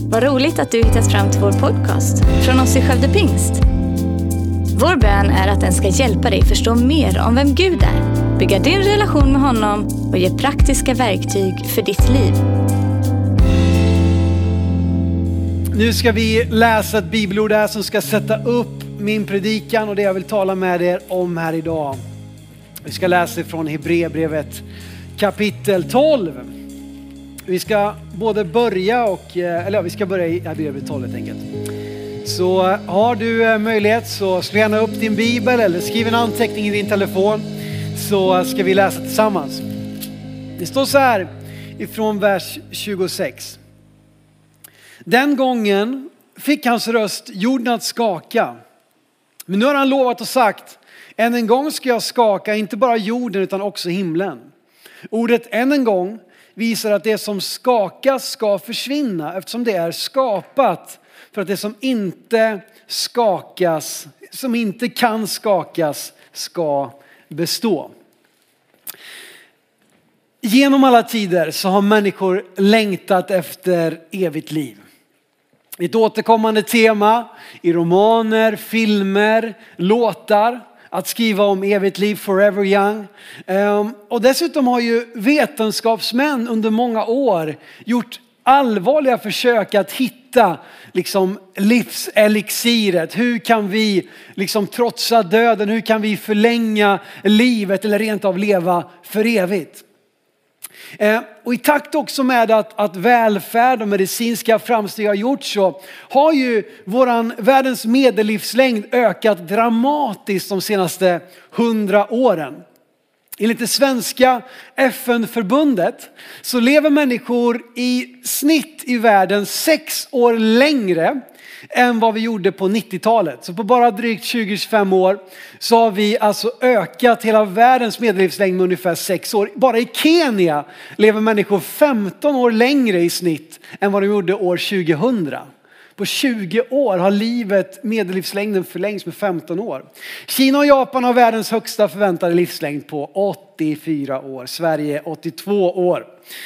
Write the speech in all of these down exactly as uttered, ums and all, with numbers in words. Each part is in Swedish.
Vad roligt att du hittat fram till vår podcast från oss i Skövde Pingst. Vår bön är att den ska hjälpa dig förstå mer om vem Gud är, bygga din relation med honom och ge praktiska verktyg för ditt liv. Nu ska vi läsa ett bibelord här som ska sätta upp min predikan och det jag vill tala med er om här idag. Vi ska läsa från Hebreerbrevet kapitel tolv. Vi ska både börja och, eller ja, vi ska börja i Hebreerbrevet tolv helt enkelt. Så har du möjlighet så slå gärna upp din bibel eller skriv en anteckning i din telefon så ska vi läsa tillsammans. Det står så här ifrån vers tjugosex. Den gången fick hans röst jorden att skaka. Men nu har han lovat och sagt, än en gång ska jag skaka inte bara jorden utan också himlen. Ordet än en gång visar att det som skakas ska försvinna eftersom det är skapat för att det som inte skakas, som inte kan skakas, ska bestå. Genom alla tider så har människor längtat efter evigt liv. Ett återkommande tema i romaner, filmer, låtar. Att skriva om evigt liv, forever young. Um, och dessutom har ju vetenskapsmän under många år gjort allvarliga försök att hitta liksom livselixiret. Hur kan vi liksom trotsa döden? Hur kan vi förlänga livet eller rent av leva för evigt? Eh, och i takt också med att, att välfärd och medicinska framsteg har gjorts så har ju våran världens medellivslängd ökat dramatiskt de senaste hundra åren. Enligt det svenska F N-förbundet så lever människor i snitt i världen sex år längre än vad vi gjorde på nittiotalet. Så på bara drygt tjugo till tjugofem år så har vi alltså ökat hela världens medellivslängd med ungefär sex år. Bara i Kenya lever människor femton år längre i snitt än vad de gjorde år tjugohundra. På tjugo år har livet, medellivslängden förlängts med femton år. Kina och Japan har världens högsta förväntade livslängd på åttiofyra år. Sverige åttiotvå år.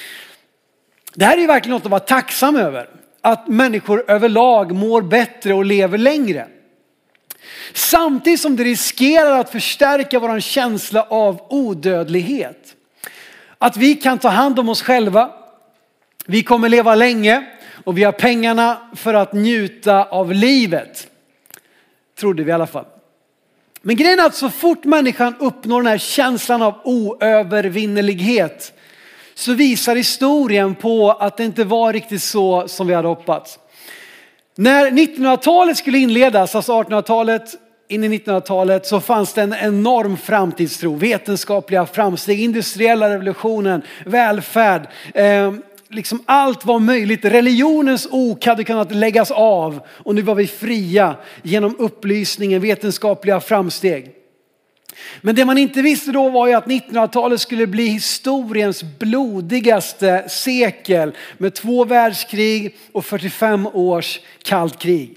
Det här är ju verkligen något att vara tacksam över. Att människor överlag mår bättre och lever längre. Samtidigt som det riskerar att förstärka vår känsla av odödlighet. Att vi kan ta hand om oss själva. Vi kommer leva länge. Och vi har pengarna för att njuta av livet. Trodde vi i alla fall. Men grejen är att så fort människan uppnår den här känslan av oövervinnelighet så visar historien på att det inte var riktigt så som vi hade hoppats. När nittonhundratalet skulle inledas, alltså artonhundratalet in i nittonhundratalet, så fanns det en enorm framtidstro. Vetenskapliga framsteg, industriella revolutionen, välfärd. Eh, liksom allt var möjligt. Religionens ok hade kunnat läggas av och nu var vi fria genom upplysningen, vetenskapliga framsteg. Men det man inte visste då var ju att nittonhundratalet skulle bli historiens blodigaste sekel med två världskrig och fyrtiofem års kallt krig.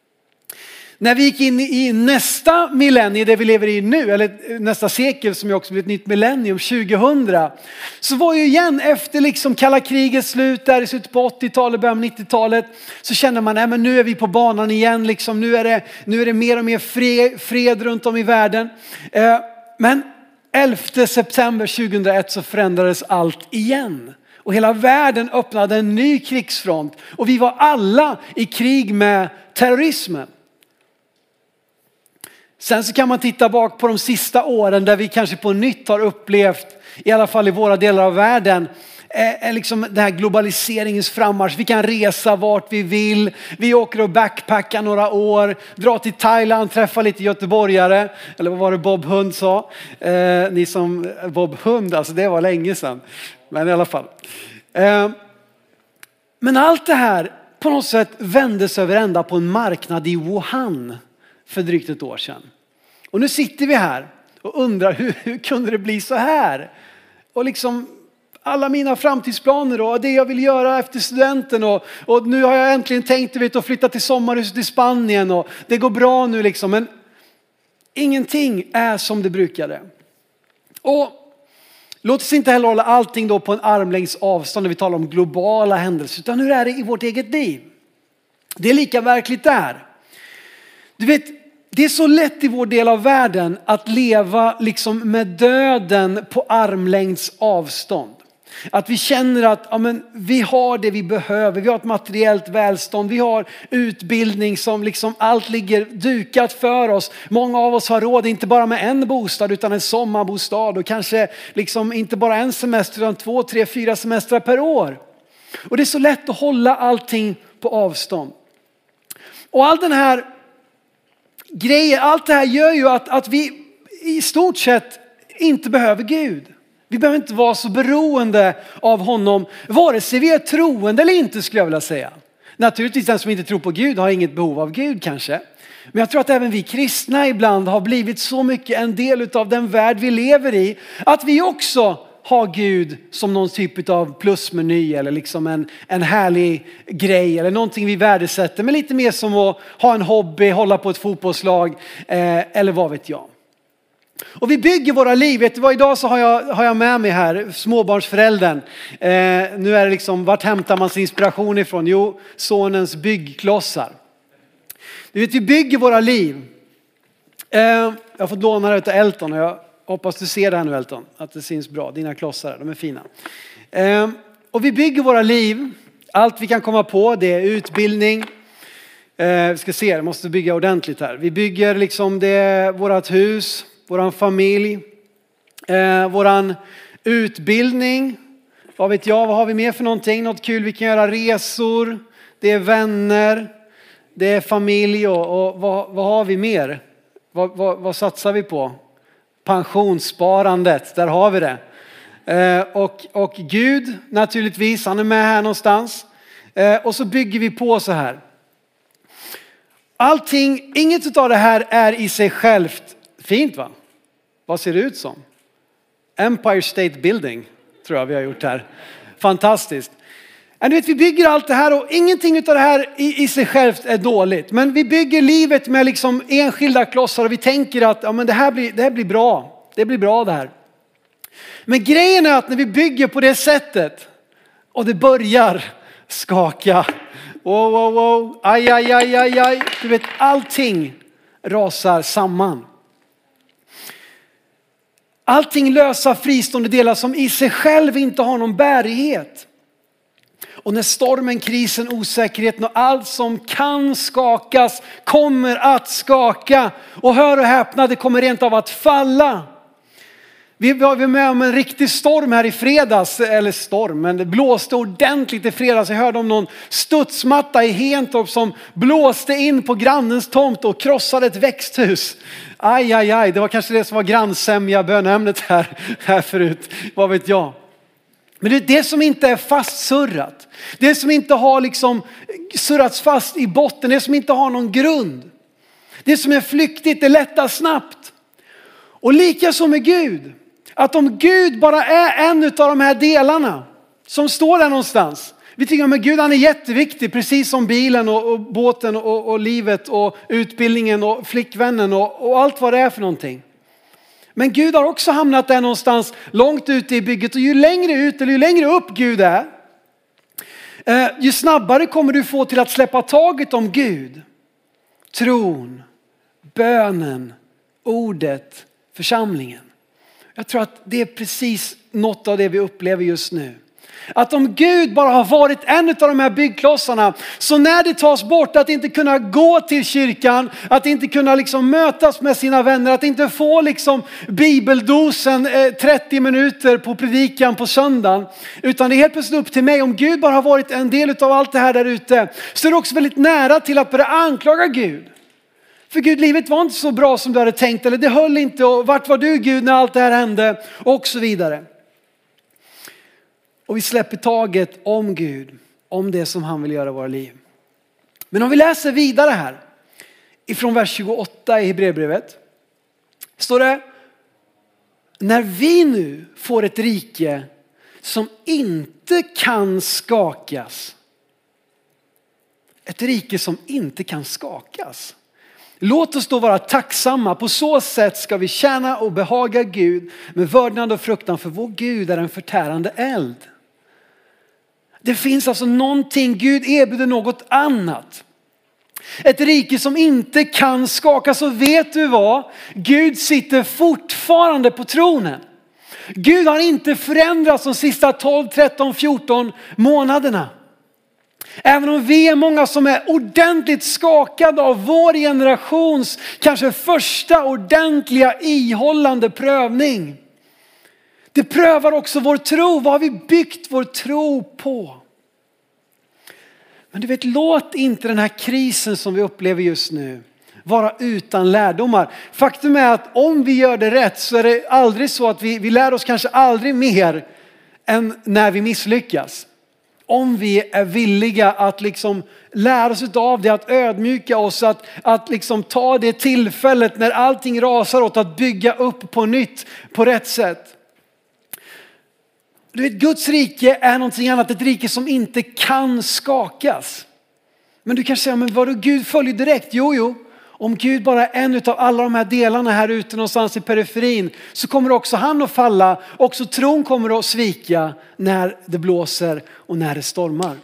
När vi gick in i nästa millennium, det vi lever i nu, eller nästa sekel som ju också blir ett nytt millennium, tjugohundra, så var ju igen efter liksom kalla krigets slut där i slutet på åttiotalet, början på nittiotalet, så kände man att nu är vi på banan igen, liksom, nu, är det, nu är det mer och mer fred, fred runt om i världen. Men elfte september tjugohundraett så förändrades allt igen. Och hela världen öppnade en ny krigsfront. Och vi var alla i krig med terrorismen. Sen så kan man titta bak på de sista åren där vi kanske på nytt har upplevt, i alla fall i våra delar av världen, är liksom det här globaliseringens frammarsch. Vi kan resa vart vi vill. Vi åker och backpackar några år. Dra till Thailand, träffa lite göteborgare. Eller vad var det Bob Hund sa? Eh, ni som Bob Hund, alltså det var länge sedan. Men i alla fall. Eh, men allt det här på något sätt vändes över ända på en marknad i Wuhan för drygt ett år sedan. Och nu sitter vi här och undrar hur, hur kunde det bli så här? Och liksom alla mina framtidsplaner och det jag vill göra efter studenten och, och nu har jag äntligen tänkt vet, att flytta till sommarhuset i Spanien och det går bra nu liksom. Men ingenting är som det brukade. Och låt oss inte heller hålla allting då på en armlängds avstånd när vi talar om globala händelser, utan hur är det i vårt eget liv? Det är lika verkligt där. Du vet, det är så lätt i vår del av världen att leva liksom med döden på armlängds avstånd. Att vi känner att ja, men, vi har det vi behöver. Vi har ett materiellt välstånd. Vi har utbildning som liksom allt ligger dukat för oss. Många av oss har råd inte bara med en bostad utan en sommarbostad. Och kanske liksom inte bara en semester utan två, tre, fyra semestrar per år. Och det är så lätt att hålla allting på avstånd. Och all den här grejen, allt det här gör ju att, att vi i stort sett inte behöver Gud. Vi behöver inte vara så beroende av honom, vare sig vi är troende eller inte, skulle jag vilja säga. Naturligtvis den som inte tror på Gud har inget behov av Gud kanske. Men jag tror att även vi kristna ibland har blivit så mycket en del av den värld vi lever i, att vi också har Gud som någon typ av plusmeny eller liksom en, en härlig grej eller någonting vi värdesätter. Men lite mer som att ha en hobby, hålla på ett fotbollslag eh, eller vad vet jag. Och vi bygger våra liv. Vet du vad, idag så har jag, har jag med mig här småbarnsföräldern. Eh, nu är det liksom, vart hämtar man sin inspiration ifrån? Jo, sonens byggklossar. Du vet, vi bygger våra liv. Eh, jag har fått låna det av Elton och jag hoppas du ser det här nu, Elton. Att det syns bra. Dina klossar, de är fina. Eh, och vi bygger våra liv. Allt vi kan komma på, det är utbildning. Eh, vi ska se, jag måste bygga ordentligt här. Vi bygger liksom det, vårat hus. Våran familj, eh, våran utbildning, vad vet jag, vad har vi mer för någonting? Något kul, vi kan göra resor, det är vänner, det är familj och, och vad, vad har vi mer? Vad, vad, vad satsar vi på? Pensionssparandet, där har vi det. Eh, och, och Gud naturligtvis, han är med här någonstans. Eh, och så bygger vi på så här. Allting, inget av det här är i sig självt fint, va? Vad ser det ut som? Empire State Building tror jag vi har gjort här. Fantastiskt. Du vet, vi bygger allt det här och ingenting av det här i, i sig självt är dåligt. Men vi bygger livet med liksom enskilda klossar och vi tänker att ja, men det, här blir, det här blir bra. Det blir bra det här. Men grejen är att när vi bygger på det sättet och det börjar skaka. Wow, wow, wow. Aj, aj, aj, aj, aj. Du vet, allting rasar samman. Allting lösa fristående delar som i sig själv inte har någon bärighet. Och när stormen, krisen, osäkerheten och allt som kan skakas kommer att skaka. Och hör och häpna, det kommer rent av att falla. Vi var med om en riktig storm här i fredags, eller storm, men det blåste ordentligt i fredags. Jag hörde om någon studsmatta i Hentorp som blåste in på grannens tomt och krossade ett växthus. Aj, aj, aj, det var kanske det som var grannsämja bönämnet här, här förut, vad vet jag. Men det är det som inte är fastsurrat. Det som inte har liksom surrats fast i botten, det som inte har någon grund. Det som är flyktigt, det lättar snabbt. Och lika som med Gud. Att om Gud bara är en av de här delarna som står där någonstans. Vi tycker att Gud, han är jätteviktig, precis som bilen och, och båten och, och livet och utbildningen och flickvännen och, och allt vad det är för någonting. Men Gud har också hamnat där någonstans långt ute i bygget och ju längre ut eller ju längre upp Gud är, eh, ju snabbare kommer du få till att släppa taget om Gud. Tron, bönen, ordet, församlingen. Jag tror att det är precis något av det vi upplever just nu. Att om Gud bara har varit en av de här byggklossarna, så när det tas bort, att inte kunna gå till kyrkan, att inte kunna liksom mötas med sina vänner, att inte få liksom bibeldosen eh, trettio minuter på predikan på söndagen, utan det är helt plötsligt upp till mig. Om Gud bara har varit en del av allt det här där ute, så är det också väldigt nära till att börja anklaga Gud. För Gud, livet var inte så bra som du hade tänkt, eller det höll inte, och vart var du Gud när allt det här hände, och så vidare. Och vi släpper taget om Gud, om det som han vill göra i våra liv. Men om vi läser vidare här, ifrån vers tjugoåtta i Hebreerbrevet, står det: när vi nu får ett rike som inte kan skakas. Ett rike som inte kan skakas. Låt oss då vara tacksamma. På så sätt ska vi tjäna och behaga Gud med vördnad och fruktan, för vår Gud är en förtärande eld. Det finns alltså någonting, Gud erbjuder något annat. Ett rike som inte kan skakas. Och vet du vad? Gud sitter fortfarande på tronen. Gud har inte förändrats de sista tolv, tretton, fjorton månaderna. Även om vi är många som är ordentligt skakade av vår generations kanske första ordentliga ihållande prövning. Det prövar också vår tro. Vad har vi byggt vår tro på? Men du vet, låt inte den här krisen som vi upplever just nu vara utan lärdomar. Faktum är att om vi gör det rätt så är det aldrig så att vi, vi lär oss kanske aldrig mer än när vi misslyckas. Om vi är villiga att liksom lära oss av det, att ödmjuka oss, att, att liksom ta det tillfället när allting rasar åt att bygga upp på nytt på rätt sätt. Du vet, Guds rike är någonting annat, ett rike som inte kan skakas. Men du kanske säger, men vadå, Gud följer direkt? Jo, jo. Om Gud bara är en av alla de här delarna här ute någonstans i periferin, så kommer också han att falla. Också tron kommer att svika när det blåser och när det stormar.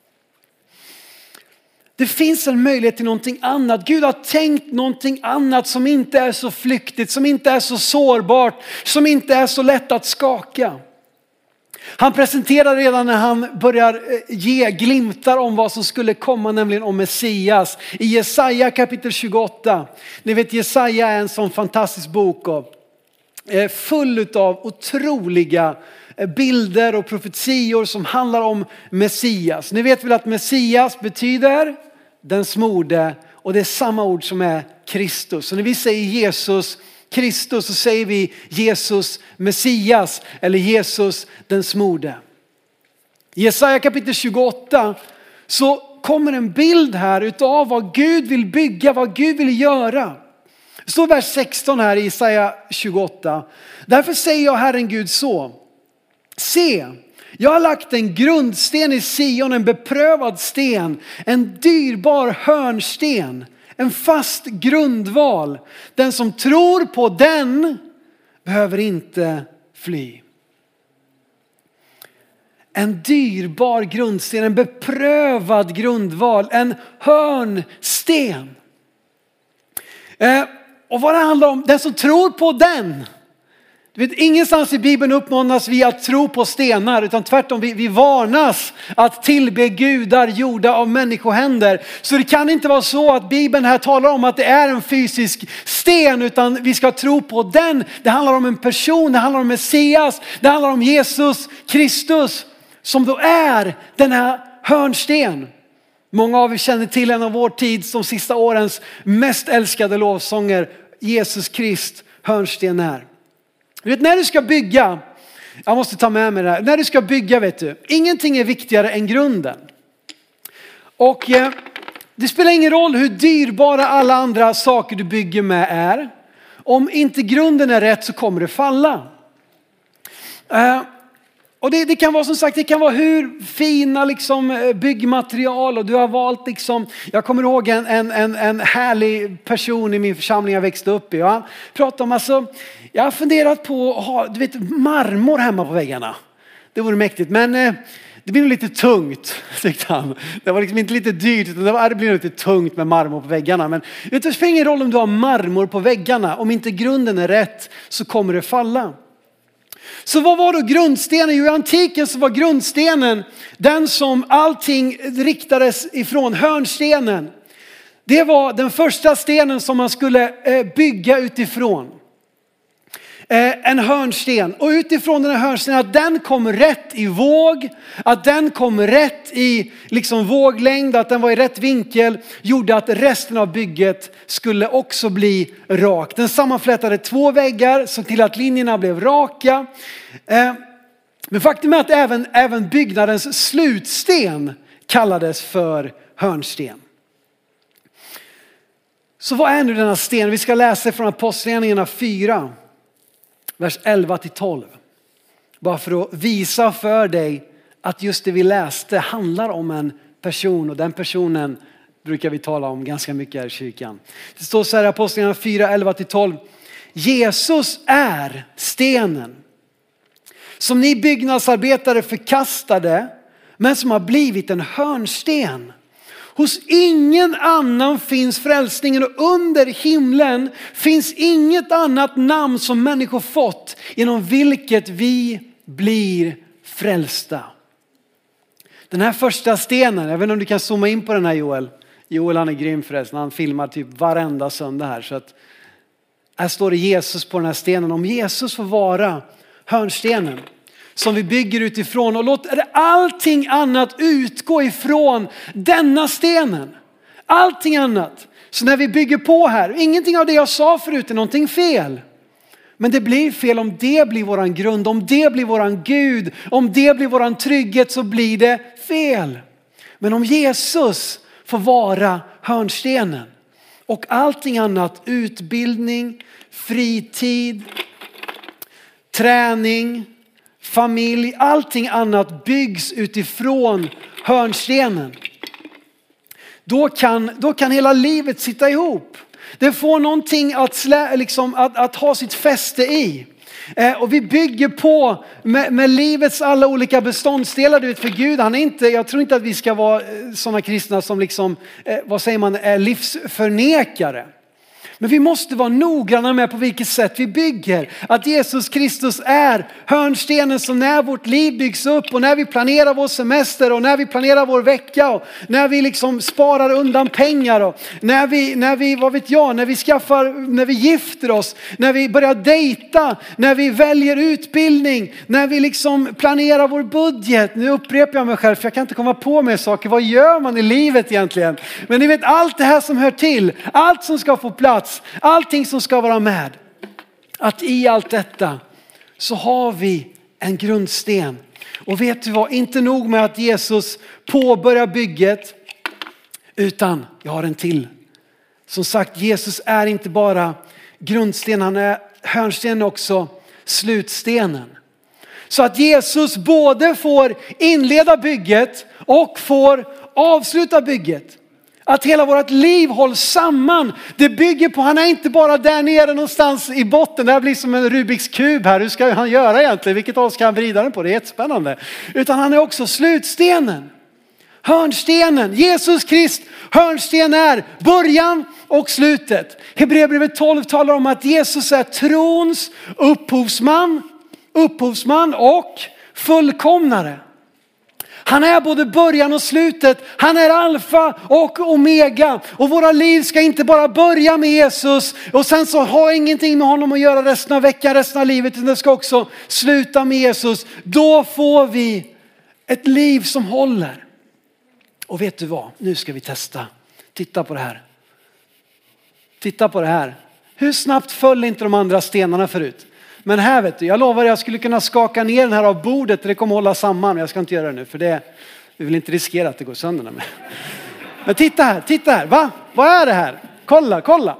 Det finns en möjlighet till någonting annat. Gud har tänkt någonting annat som inte är så flyktigt, som inte är så sårbart, som inte är så lätt att skaka. Han presenterar redan när han börjar ge glimtar om vad som skulle komma, nämligen om Messias. I Jesaja kapitel tjugoåtta. Ni vet, Jesaja är en sån fantastisk bok och full av otroliga bilder och profetior som handlar om Messias. Ni vet väl att Messias betyder den smorde, och det är samma ord som är Kristus. Så när vi säger Jesus Kristus så säger vi Jesus Messias eller Jesus den smorde. I Jesaja kapitel tjugoåtta så kommer en bild här utav vad Gud vill bygga, vad Gud vill göra. Det står vers sexton här i Jesaja tjugoåtta. Därför säger jag Herren Gud så: se, jag har lagt en grundsten i Sion, en beprövad sten, en dyrbar hörnsten. En fast grundval. Den som tror på den behöver inte fly. En dyrbar grundsten, en beprövad grundval, en hörnsten. Eh, och vad det handlar om, den som tror på den. Du vet, ingenstans i Bibeln uppmanas vi att tro på stenar, utan tvärtom vi, vi varnas att tillbe gudar gjorda av människohänder. Så det kan inte vara så att Bibeln här talar om att det är en fysisk sten, utan vi ska tro på den. Det handlar om en person, det handlar om Messias, det handlar om Jesus Kristus som då är den här hörnsten. Många av er känner till en av vår tids, de sista årens mest älskade lovsånger, Jesus Krist, hörnsten är. Du vet, när du ska bygga, jag måste ta med mig det här. När du ska bygga, vet du, ingenting är viktigare än grunden. Och eh, det spelar ingen roll hur dyrbara alla andra saker du bygger med är. Om inte grunden är rätt så kommer det falla. Eh, och det, det kan vara som sagt, det kan vara hur fina liksom, byggmaterial och du har valt liksom, jag kommer ihåg en, en, en, en härlig person i min församling jag växte upp i. Och han pratade om, alltså, jag har funderat på att ha, du vet, marmor hemma på väggarna. Det vore mäktigt, men eh, det blir nog lite tungt, tyckte han. Det var liksom inte lite dyrt, utan det, var, det blir nog lite tungt med marmor på väggarna. Men vet du, det spelar ingen roll om du har marmor på väggarna. Om inte grunden är rätt så kommer det falla. Så vad var då grundstenen? Jo, i antiken så var grundstenen den som allting riktades ifrån, hörnstenen. Det var den första stenen som man skulle bygga utifrån. En hörnsten. Och utifrån den här hörnstenen, att den kom rätt i våg, att den kom rätt i liksom våglängd, att den var i rätt vinkel, gjorde att resten av bygget skulle också bli rak. Den sammanflätade två väggar så till att linjerna blev raka. Men faktum är att även, även byggnadens slutsten kallades för hörnsten. Så vad är nu denna sten? Vi ska läsa från Apostlagärningarna fyra. Vers elva till tolv. Bara för att visa för dig att just det vi läste handlar om en person. Och den personen brukar vi tala om ganska mycket här i kyrkan. Det står så här i Apostlagärningarna fyra, elva till tolv. Jesus är stenen som ni byggnadsarbetare förkastade, men som har blivit en hörnsten. Hos ingen annan finns frälsningen, och under himlen finns inget annat namn som människor fått genom vilket vi blir frälsta. Den här första stenen, jag vet inte om du kan zooma in på den här Joel. Joel han är grym förresten, han filmar typ varenda söndag här. Så att här står det Jesus på den här stenen. Om Jesus får vara hörnstenen som vi bygger utifrån, och låter allting annat utgå ifrån denna stenen. Allting annat. Så när vi bygger på här, ingenting av det jag sa förut är någonting fel. Men det blir fel om det blir våran grund, om det blir våran Gud, om det blir våran trygghet, så blir det fel. Men om Jesus får vara hörnstenen och allting annat, utbildning, fritid, träning, familj, allting annat byggs utifrån hörnstenen. Då kan, då kan hela livet sitta ihop. Det får någonting att, slä, liksom, att, att ha sitt fäste i. Eh, och vi bygger på med, med livets alla olika beståndsdelar. Du vet, för Gud, han är inte, jag tror inte att vi ska vara sådana kristna som liksom, eh, vad säger man, är livsförnekare. Men vi måste vara noggranna med på vilket sätt vi bygger. Att Jesus Kristus är hörnstenen, som när vårt liv byggs upp och när vi planerar vår semester och när vi planerar vår vecka och när vi liksom sparar undan pengar och när vi, när vi, vad vet jag, när vi skaffar, när vi gifter oss, när vi börjar dejta, när vi väljer utbildning, när vi liksom planerar vår budget. Nu upprepar jag mig själv för jag kan inte komma på med saker. Vad gör man i livet egentligen? Men ni vet, allt det här som hör till, allt som ska få plats, allting som ska vara med. Att i allt detta så har vi en grundsten. Och vet du vad? Inte nog med att Jesus påbörjar bygget, utan jag har en till. Som sagt, Jesus är inte bara grundsten, han är hörnstenen också, slutstenen. Så att Jesus både får inleda bygget och får avsluta bygget. Att hela vårt liv hålls samman. Det bygger på, han är inte bara där nere någonstans i botten. Det här blir som en Rubiks kub här. Hur ska han göra egentligen? Vilket håll ska han vrida den på? Det är jättespännande. Utan han är också slutstenen. Hörnstenen. Jesus Krist, hörnsten är början och slutet. Hebreerbrevet tolv talar om att Jesus är trons upphovsman, upphovsman och fullkomnare. Han är både början och slutet. Han är alfa och omega. Och våra liv ska inte bara börja med Jesus och sen så ha ingenting med honom att göra resten av veckan, resten av livet. Utan det ska också sluta med Jesus. Då får vi ett liv som håller. Och vet du vad? Nu ska vi testa. Titta på det här. Titta på det här. Hur snabbt föll inte de andra stenarna förut? Men här vet du, jag lovar jag skulle kunna skaka ner den här av bordet. Det kommer hålla samman. Jag ska inte göra det nu för det, vi vill inte riskera att det går sönder. Med. Men titta här, titta här. Va? Vad är det här? Kolla, kolla.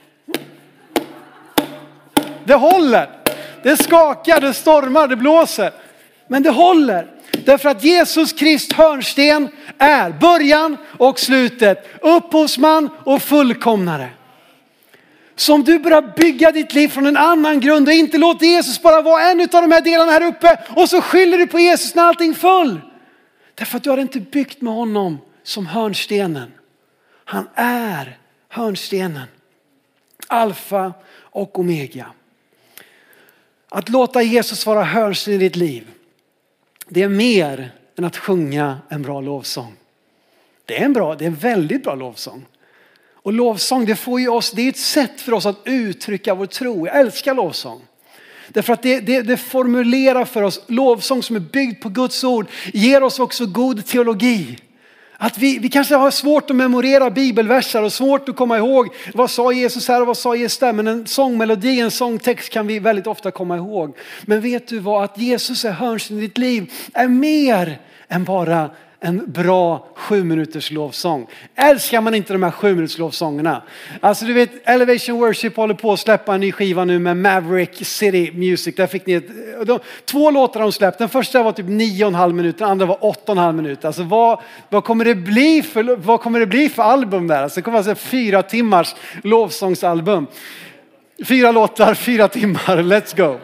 Det håller. Det skakar, det stormar, det blåser. Men det håller. Därför att Jesus Krist hörnsten är början och slutet. Upphovsman och fullkomnare. Så om du börjar bygga ditt liv från en annan grund och inte låter Jesus bara vara en av de här delarna här uppe och så skyller du på Jesus när allting föll. Därför att du har inte byggt med honom som hörnstenen. Han är hörnstenen. Alfa och omega. Att låta Jesus vara hörnsten i ditt liv. Det är mer än att sjunga en bra lovsång. Det är en bra, det är en väldigt bra lovsång. Och lovsång, det får ju oss, det är ett sätt för oss att uttrycka vår tro. Jag älskar lovsång. Därför att det, det, det formulerar för oss, lovsång som är byggd på Guds ord, ger oss också god teologi. Att vi, vi kanske har svårt att memorera bibelverser och svårt att komma ihåg vad sa Jesus här och vad sa Jesus där. Men en sångmelodi, en sångtext kan vi väldigt ofta komma ihåg. Men vet du vad? Att Jesus är hörnsten i ditt liv är mer än bara en bra sju minuters lovsång. Älskar man inte de här sju minuters lovsångerna? Alltså du vet, Elevation Worship håller på att släppa en ny skiva nu med Maverick City Music. Där fick ni ett, de, två låtar de släppte. Den första var typ nio och en halv minut. Den andra var åtta och en halv minut. Alltså vad, vad kommer det bli för, vad kommer det bli för album där? Alltså det kommer att vara fyra timmars lovsångsalbum. Fyra låtar, fyra timmar. Let's go.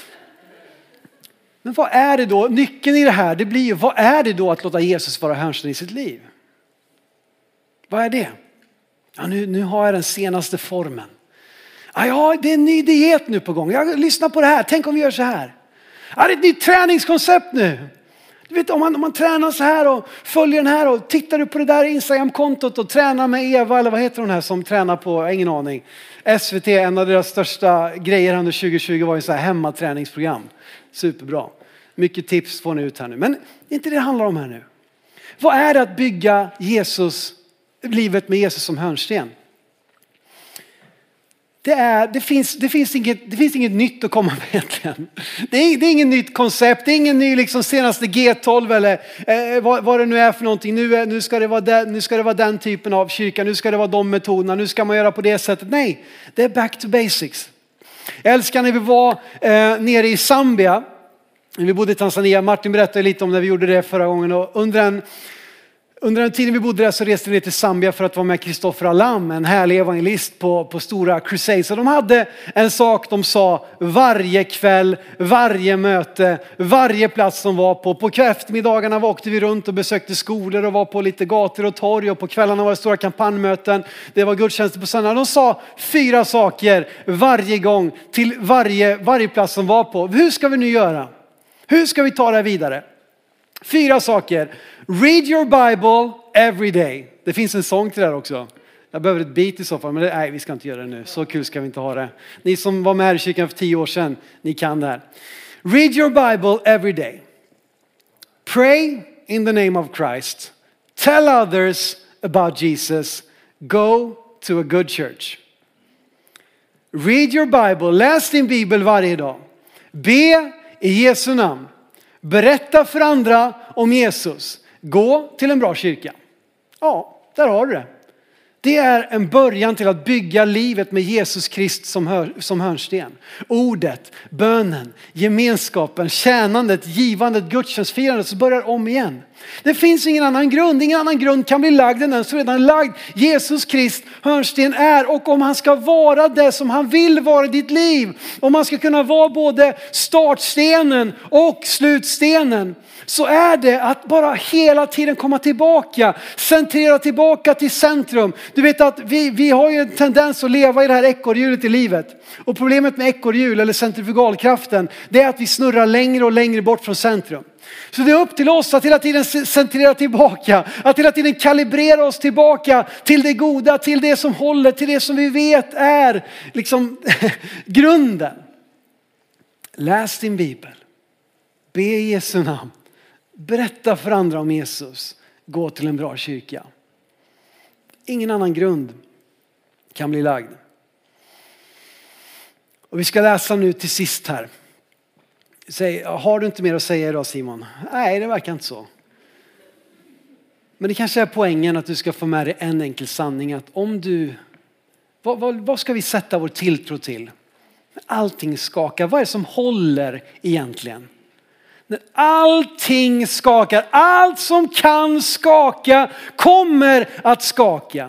Men vad är det då? Nyckeln i det här, det blir ju, vad är det då att låta Jesus vara hörnsten i sitt liv? Vad är det? Ja, nu, nu har jag den senaste formen. Ja, ja, det är en ny diet nu på gång. Jag lyssnar på det här. Tänk om vi gör så här. Ja, det är ett nytt träningskoncept nu. Du vet, om man, om man tränar så här och följer den här och tittar du på det där Instagram-kontot och tränar med Eva, eller vad heter hon här som tränar på, jag har ingen aning. S V T, en av deras största grejer under tjugo tjugo var ju så här hemmaträningsprogram. Superbra. Mycket tips får ni ut här nu. Men det är inte det det handlar om här nu. Vad är det att bygga Jesus, livet med Jesus som hörnsten? Det, är, det, finns, det, finns inget, det finns inget nytt att komma med egentligen. Det är, det är inget nytt koncept. Det är ingen ny liksom senaste G tolv eller eh, vad, vad det nu är för någonting. Nu, är, nu, ska det vara den, nu ska det vara den typen av kyrka. Nu ska det vara de metoderna. Nu ska man göra på det sättet. Nej, det är back to basics. Jag älskar när vi var eh, nere i Zambia. Vi bodde i Tanzania. Martin berättade lite om när vi gjorde det förra gången. Och under en Under den tiden vi bodde där så reste vi ner till Zambia för att vara med Kristoffer Alam, en härlig evangelist på, på stora crusades. Så de hade en sak de sa varje kväll, varje möte, varje plats de var på. På eftermiddagarna åkte vi runt och besökte skolor och var på lite gator och torg. Och på kvällarna var det stora kampanjmöten. Det var gudstjänster på söndag. De sa fyra saker varje gång till varje, varje plats de var på. Hur ska vi nu göra? Hur ska vi ta det vidare? Fyra saker. Read your Bible every day. Det finns en sång till det här också. Jag behöver ett beat i så fall, men det, nej, vi ska inte göra det nu. Så kul ska vi inte ha det. Ni som var med här i kyrkan för tio år sedan, ni kan det här. Read your Bible every day. Pray in the name of Christ. Tell others about Jesus. Go to a good church. Read your Bible. Läs din bibel varje dag. Be i Jesu namn. Berätta för andra om Jesus. Gå till en bra kyrka. Ja, där har du det. Det är en början till att bygga livet med Jesus Kristus som, hör, som hörnsten. Ordet, bönen, gemenskapen, tjänandet, givandet, gudstjänstfirandet, så börjar om igen. Det finns ingen annan grund. Ingen annan grund kan bli lagd än den som redan är lagd. Jesus Kristus hörnsten är, och om han ska vara det som han vill vara i ditt liv, om han ska kunna vara både startstenen och slutstenen, så är det att bara hela tiden komma tillbaka, centrera tillbaka till centrum. Du vet att vi, vi har ju en tendens att leva i det här ekorrhjulet i livet. Och problemet med ekorrhjul eller centrifugalkraften, det är att vi snurrar längre och längre bort från centrum. Så det är upp till oss att hela tiden centrera tillbaka, att hela tiden kalibrera oss tillbaka till det goda, till det som håller, till det som vi vet är liksom grunden. Läs din bibel. Be i Jesu namn. Berätta för andra om Jesus. Gå till en bra kyrka. Ingen annan grund kan bli lagd. Och vi ska läsa nu till sist här. Säg, har du inte mer att säga idag, Simon? Nej, det verkar inte så. Men det kanske är poängen att du ska få med dig en enkel sanning. Att om du, vad, vad, vad ska vi sätta vår tilltro till? Allting skakar. Vad är det som håller egentligen? När allting skakar, allt som kan skaka kommer att skaka.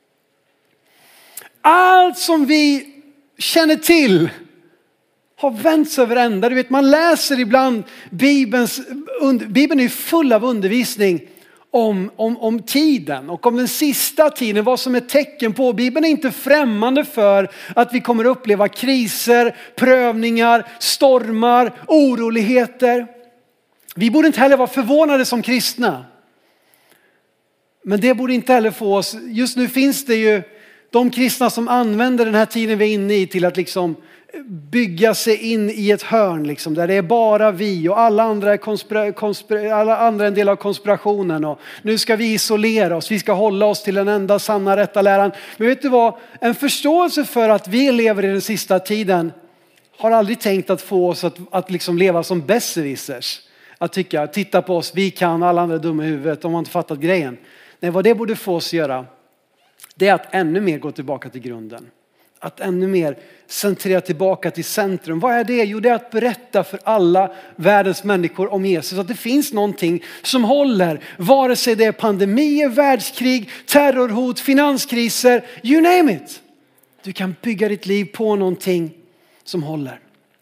Allt som vi känner till har vänts över ända. Du vet, man läser ibland Bibelns, Bibeln är full av undervisning om, om, om tiden och om den sista tiden, vad som är tecken på. Bibeln är inte främmande för att vi kommer att uppleva kriser, prövningar, stormar, oroligheter. Vi borde inte heller vara förvånade som kristna. Men det borde inte heller få oss. Just nu finns det ju de kristna som använder den här tiden vi är inne i till att liksom bygga sig in i ett hörn liksom, där det är bara vi och alla andra är, konspira- konspira- alla andra är en del av konspirationen. Och nu ska vi isolera oss. Vi ska hålla oss till den enda sanna rätta läran. Men vet du vad? En förståelse för att vi lever i den sista tiden har aldrig tänkt att få oss att, att liksom leva som besserwissers. Att tycka, titta på oss, vi kan, alla andra är dumma i huvudet, de har inte fattat grejen. Nej, vad det borde få oss göra, det är att ännu mer gå tillbaka till grunden. Att ännu mer centrera tillbaka till centrum. Vad är det? Jo, det är att berätta för alla världens människor om Jesus. Att det finns någonting som håller. Vare sig det är pandemier, världskrig, terrorhot, finanskriser. You name it. Du kan bygga ditt liv på någonting som håller.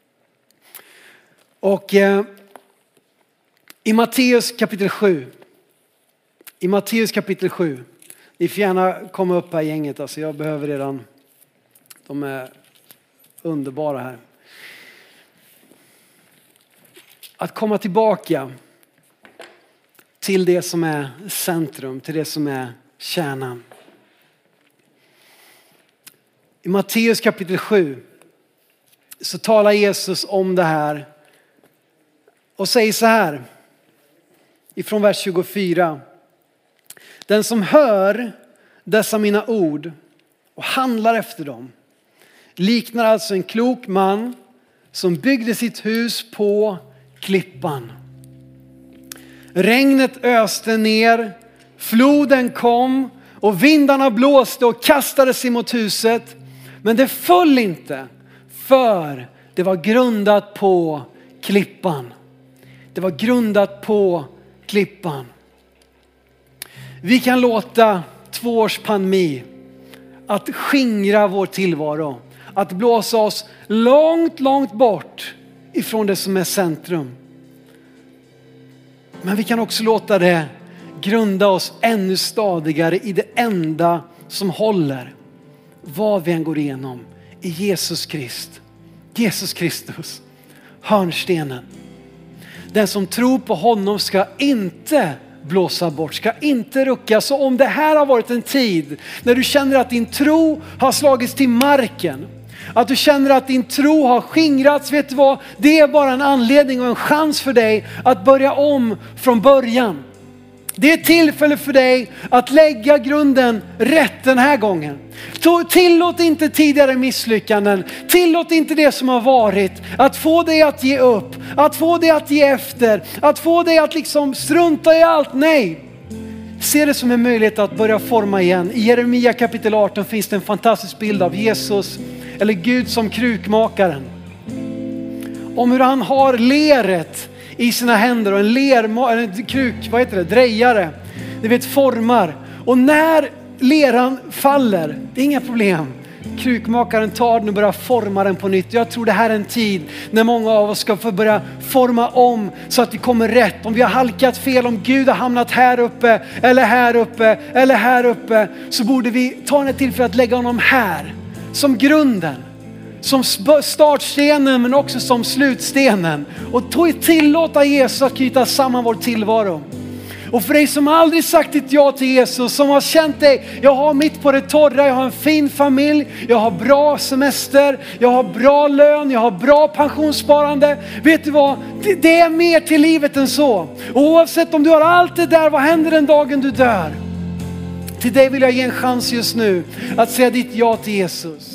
Och eh, i Matteus kapitel sju. I Matteus kapitel sju. Ni får gärna komma upp här gänget. Alltså jag behöver redan. De är underbara här. Att komma tillbaka till det som är centrum. Till det som är kärnan. I Matteus kapitel sju så talar Jesus om det här. Och säger så här. Ifrån vers tjugofyra. Den som hör dessa mina ord och handlar efter dem liknar alltså en klok man som byggde sitt hus på klippan. Regnet öste ner, floden kom och vindarna blåste och kastade sig mot huset. Men det föll inte, för det var grundat på klippan. Det var grundat på klippan. Vi kan låta två års pandemi att skingra vår tillvaro. Att blåsa oss långt, långt bort ifrån det som är centrum. Men vi kan också låta det grunda oss ännu stadigare i det enda som håller. Vad vi än går igenom i Jesus Krist. Jesus Kristus. Hörnstenen. Den som tror på honom ska inte blåsa bort, ska inte rucka. Så om det här har varit en tid när du känner att din tro har slagits till marken, att du känner att din tro har skingrats, vet du vad? Det är bara en anledning och en chans för dig att börja om från början. Det är tillfälle för dig att lägga grunden rätt den här gången. Tillåt inte tidigare misslyckanden. Tillåt inte det som har varit att få dig att ge upp. Att få dig att ge efter. Att få dig att liksom strunta i allt. Nej. Se det som en möjlighet att börja forma igen. I Jeremia kapitel arton finns det en fantastisk bild av Jesus eller Gud som krukmakaren. Om hur han har leret i sina händer och en ler, en kruk, vad heter det, drejare. Ni vet, formar. Och när leran faller, det är inga problem. Krukmakaren tar den och börjar forma den på nytt. Jag tror det här är en tid när många av oss ska få börja forma om så att vi kommer rätt. Om vi har halkat fel, om Gud har hamnat här uppe eller här uppe eller här uppe, så borde vi ta den till för att lägga honom här som grunden. Som startstenen men också som slutstenen. Och tillåta Jesus att knyta samman vår tillvaro. Och för dig som aldrig sagt ditt ja till Jesus, som har känt dig, jag har mitt på det torra, jag har en fin familj, jag har bra semester, jag har bra lön, jag har bra pensionssparande. Vet du vad? Det, det är mer till livet än så. Och oavsett om du har allt det där, vad händer den dagen du dör? Till dig vill jag ge en chans just nu att säga ditt ja till Jesus.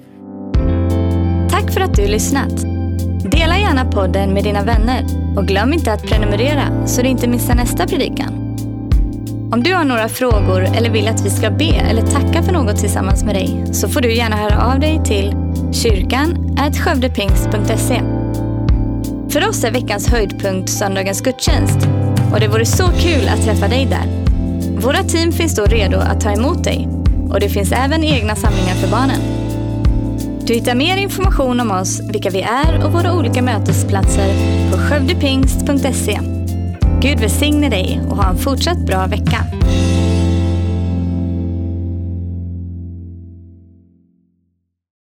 Tack för att du lyssnat. Dela gärna podden med dina vänner och glöm inte att prenumerera så du inte missar nästa predikan. Om du har några frågor eller vill att vi ska be eller tacka för något tillsammans med dig, så får du gärna höra av dig till kyrkan at skövdepingst punkt se. För oss är veckans höjdpunkt söndagens gudstjänst och det vore så kul att träffa dig där. Våra team finns då redo att ta emot dig och det finns även egna samlingar för barnen. Du hittar mer information om oss, vilka vi är och våra olika mötesplatser på skövdepingst punkt se. Gud välsigne dig och ha en fortsatt bra vecka.